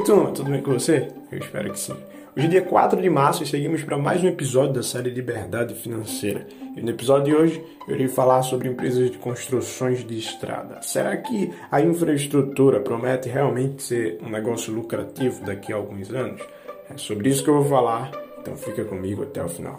turma, tudo bem com você? Eu espero que sim. Hoje é dia 4 de março e seguimos para mais um episódio da série Liberdade Financeira. E no episódio de hoje eu irei falar sobre empresas de construções de estrada. Será que a infraestrutura promete realmente ser um negócio lucrativo daqui a alguns anos? É sobre isso que eu vou falar, então fica comigo até o final.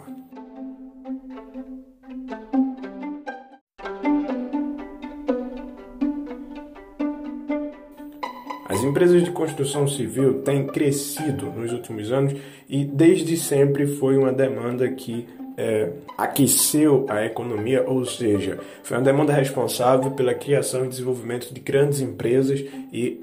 As empresas de construção civil têm crescido nos últimos anos e desde sempre foi uma demanda que aqueceu a economia, ou seja, foi uma demanda responsável pela criação e desenvolvimento de grandes empresas e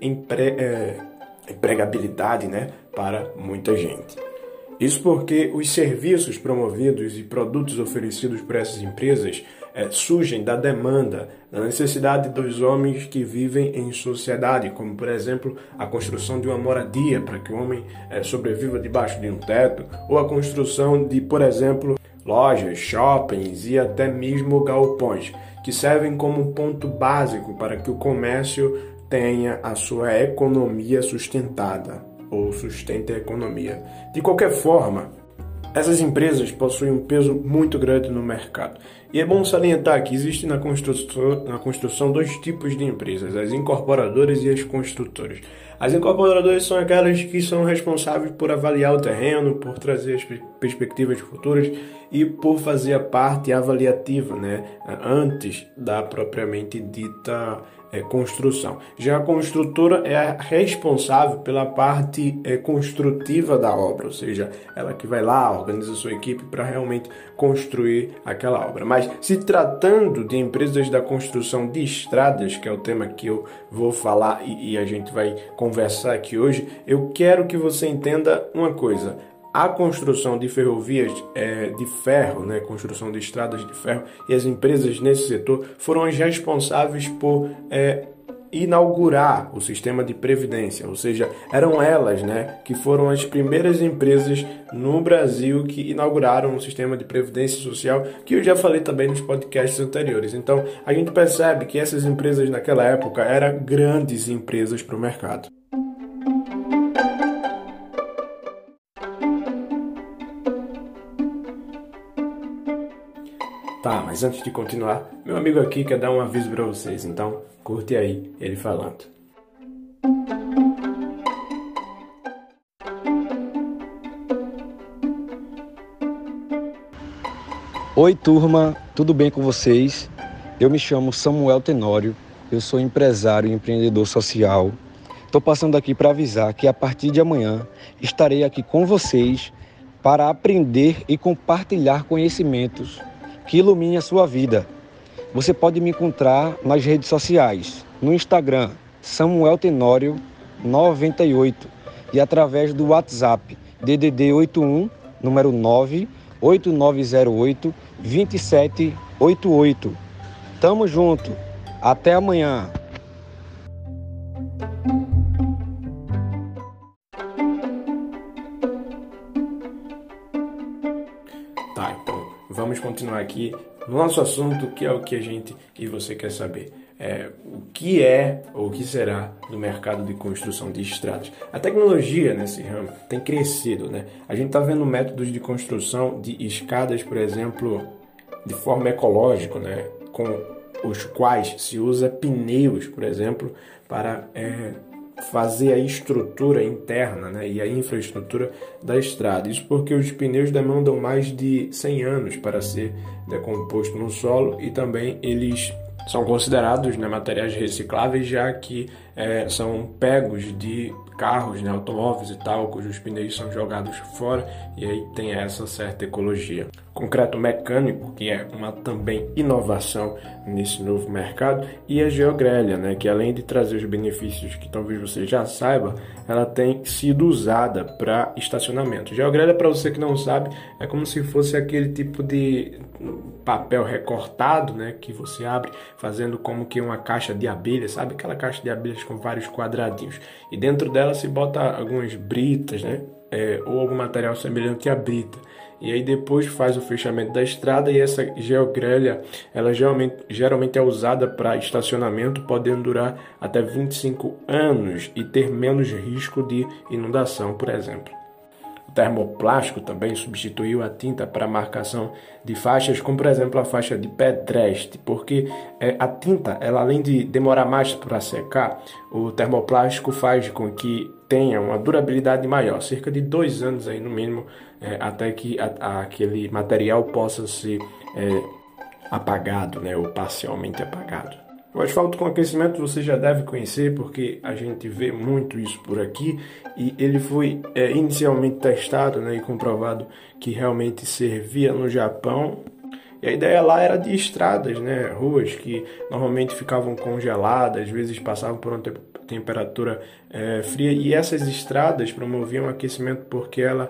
empregabilidade, para muita gente. Isso porque os serviços promovidos e produtos oferecidos por essas empresas surgem da demanda, da necessidade dos homens que vivem em sociedade, como, por exemplo, a construção de uma moradia para que o homem sobreviva debaixo de um teto, ou a construção de, por exemplo, lojas, shoppings e até mesmo galpões, que servem como ponto básico para que o comércio tenha a sua economia sustentada, ou sustente a economia. De qualquer forma, essas empresas possuem um peso muito grande no mercado. E é bom salientar que existe na construção dois tipos de empresas, as incorporadoras e as construtoras. As incorporadoras são aquelas que são responsáveis por avaliar o terreno, por trazer as perspectivas futuras e por fazer a parte avaliativa, antes da propriamente dita construção. Já a construtora é a responsável pela parte construtiva da obra, ou seja, ela que vai lá, organiza a sua equipe para realmente construir aquela obra. Mas se tratando de empresas da construção de estradas, que é o tema que eu vou falar e a gente vai conversar aqui hoje, eu quero que você entenda uma coisa. A construção de ferrovias de ferro, construção de estradas de ferro, e as empresas nesse setor foram as responsáveis por inaugurar o sistema de previdência, ou seja, eram elas que foram as primeiras empresas no Brasil que inauguraram o sistema de previdência social, que eu já falei também nos podcasts anteriores. Então, a gente percebe que essas empresas naquela época eram grandes empresas para o mercado. Tá, mas antes de continuar, meu amigo aqui quer dar um aviso para vocês, então curte aí ele falando. Oi turma, tudo bem com vocês? Eu me chamo Samuel Tenório, eu sou empresário e empreendedor social. Estou passando aqui para avisar que a partir de amanhã estarei aqui com vocês para aprender e compartilhar conhecimentos que ilumine a sua vida. Você pode me encontrar nas redes sociais, no Instagram, Samuel Tenório 98 e através do WhatsApp, DDD 81, número 98908-2788. Tamo junto, até amanhã. Tá, então vamos continuar aqui no nosso assunto, que é o que a gente e você quer saber. O que é ou o que será do mercado de construção de estradas. A tecnologia nesse ramo tem crescido, A gente está vendo métodos de construção de escadas, por exemplo, de forma ecológica, com os quais se usa pneus, por exemplo, para fazer a estrutura interna, e a infraestrutura da estrada. Isso porque os pneus demandam mais de 100 anos para ser decomposto no solo e também eles são considerados materiais recicláveis, já que são pegos de carros, automóveis e tal, cujos pneus são jogados fora, e aí tem essa certa ecologia. Concreto mecânico, que é uma também inovação nesse novo mercado, e a geogrelha, que além de trazer os benefícios que talvez você já saiba, ela tem sido usada para estacionamento. Geogrelha, para você que não sabe, é como se fosse aquele tipo de papel recortado, que você abre, fazendo como que uma caixa de abelhas, sabe? Aquela caixa de abelhas com vários quadradinhos. E dentro dela se bota algumas britas, ou algum material semelhante à brita. E aí depois faz o fechamento da estrada e essa geogrelha, ela geralmente é usada para estacionamento, podendo durar até 25 anos e ter menos risco de inundação, por exemplo. O termoplástico também substituiu a tinta para marcação de faixas, como por exemplo a faixa de pedestre, porque a tinta, ela, além de demorar mais para secar, o termoplástico faz com que tenha uma durabilidade maior, cerca de 2 anos aí no mínimo, até que aquele material possa ser apagado, né, ou parcialmente apagado. O asfalto com aquecimento você já deve conhecer, porque a gente vê muito isso por aqui, e ele foi inicialmente testado, né, e comprovado que realmente servia no Japão. E a ideia lá era de estradas, né, ruas que normalmente ficavam congeladas, às vezes passavam por uma temperatura fria, e essas estradas promoviam aquecimento porque ela,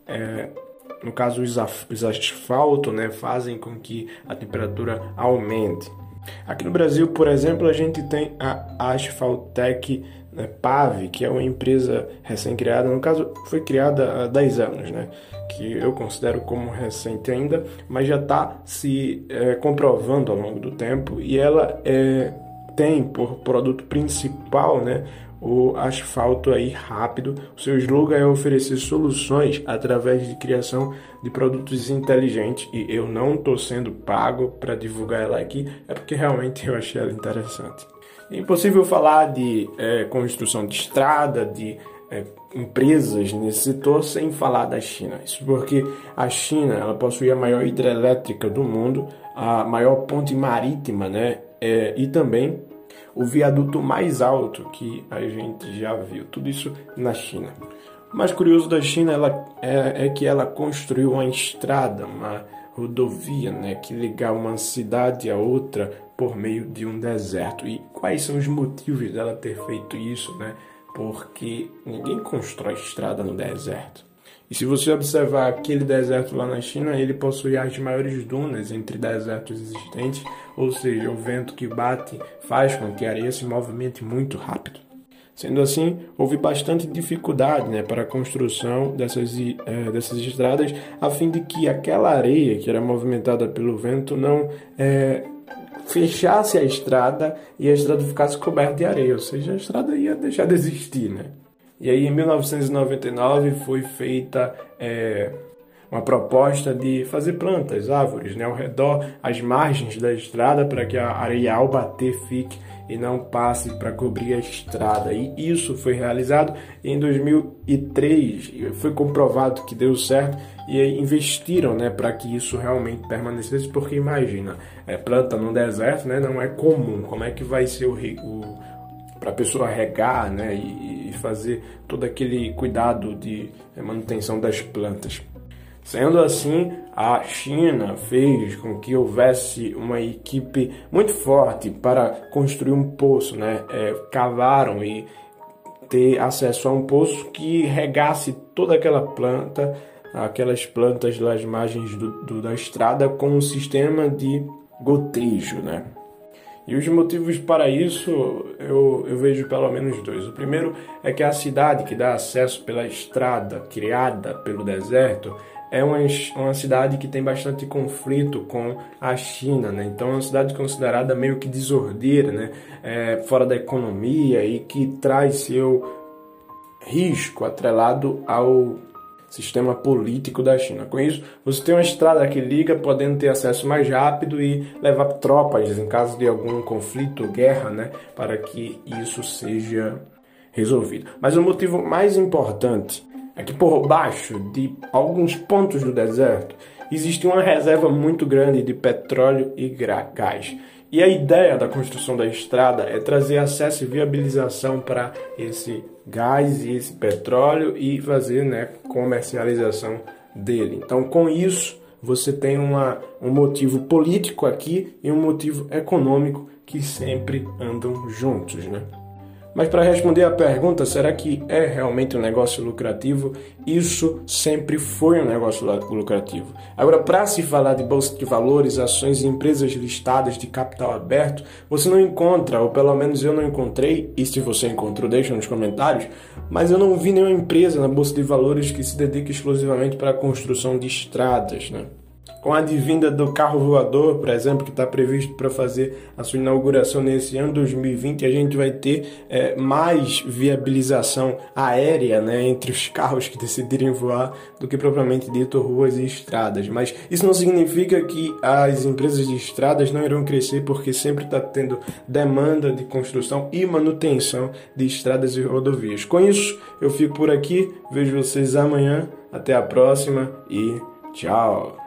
no caso os asfaltos, né, fazem com que a temperatura aumente. Aqui no Brasil, por exemplo, a gente tem a Asfaltec, né, PAV, que é uma empresa recém-criada, no caso foi criada há 10 anos, né, que eu considero como recente ainda, mas já está se comprovando ao longo do tempo, e ela tem por produto principal, né, o asfalto aí rápido. O seu slogan é oferecer soluções através de criação de produtos inteligentes, e eu não estou sendo pago para divulgar ela aqui, é porque realmente eu achei ela interessante. É impossível falar de construção de estrada, de empresas nesse setor sem falar da China. Isso porque a China, ela possui a maior hidrelétrica do mundo, a maior ponte marítima, né, e também o viaduto mais alto que a gente já viu. Tudo isso na China. O mais curioso da China é que ela construiu uma estrada, uma rodovia, né, que liga uma cidade a outra por meio de um deserto. E quais são os motivos dela ter feito isso, né? Porque ninguém constrói estrada no deserto. E se você observar aquele deserto lá na China, ele possui as maiores dunas entre desertos existentes, ou seja, o vento que bate faz com que a areia se movimente muito rápido. Sendo assim, houve bastante dificuldade, né, para a construção dessas estradas, a fim de que aquela areia que era movimentada pelo vento não fechasse a estrada e a estrada ficasse coberta de areia, ou seja, a estrada ia deixar de existir, né? E aí, em 1999, foi feita uma proposta de fazer plantas, árvores, né, ao redor, às margens da estrada, para que a areia, ao bater, fique e não passe para cobrir a estrada. E isso foi realizado em 2003, foi comprovado que deu certo, e aí investiram, né, para que isso realmente permanecesse, porque imagina, planta no deserto, né, não é comum. Como é que vai ser para a pessoa regar, né, e fazer todo aquele cuidado de manutenção das plantas? Sendo assim, a China fez com que houvesse uma equipe muito forte para construir um poço, né? Cavaram e ter acesso a um poço que regasse toda aquelas plantas das margens da estrada com um sistema de gotejo, né? E os motivos para isso eu vejo pelo menos 2. O primeiro é que a cidade que dá acesso pela estrada criada pelo deserto é uma cidade que tem bastante conflito com a China, né? Então é uma cidade considerada meio que desordeira, né? Fora da economia, e que traz seu risco atrelado ao sistema político da China. Com isso, você tem uma estrada que liga, podendo ter acesso mais rápido e levar tropas em caso de algum conflito ou guerra, né? Para que isso seja resolvido. Mas o motivo mais importante é que por baixo de alguns pontos do deserto existe uma reserva muito grande de petróleo e gás. E a ideia da construção da estrada é trazer acesso e viabilização para esse gás e esse petróleo e fazer, né, comercialização dele. Então, com isso, você tem um motivo político aqui e um motivo econômico que sempre andam juntos, né? Mas para responder a pergunta, será que é realmente um negócio lucrativo? Isso sempre foi um negócio lucrativo. Agora, para se falar de bolsa de valores, ações e empresas listadas de capital aberto, você não encontra, ou pelo menos eu não encontrei, e se você encontrou, deixa nos comentários, mas eu não vi nenhuma empresa na bolsa de valores que se dedique exclusivamente para a construção de estradas, né? Com a advinda do carro voador, por exemplo, que está previsto para fazer a sua inauguração nesse ano 2020, a gente vai ter mais viabilização aérea, né, entre os carros que decidirem voar do que propriamente dito ruas e estradas. Mas isso não significa que as empresas de estradas não irão crescer, porque sempre está tendo demanda de construção e manutenção de estradas e rodovias. Com isso, eu fico por aqui, vejo vocês amanhã, até a próxima e tchau!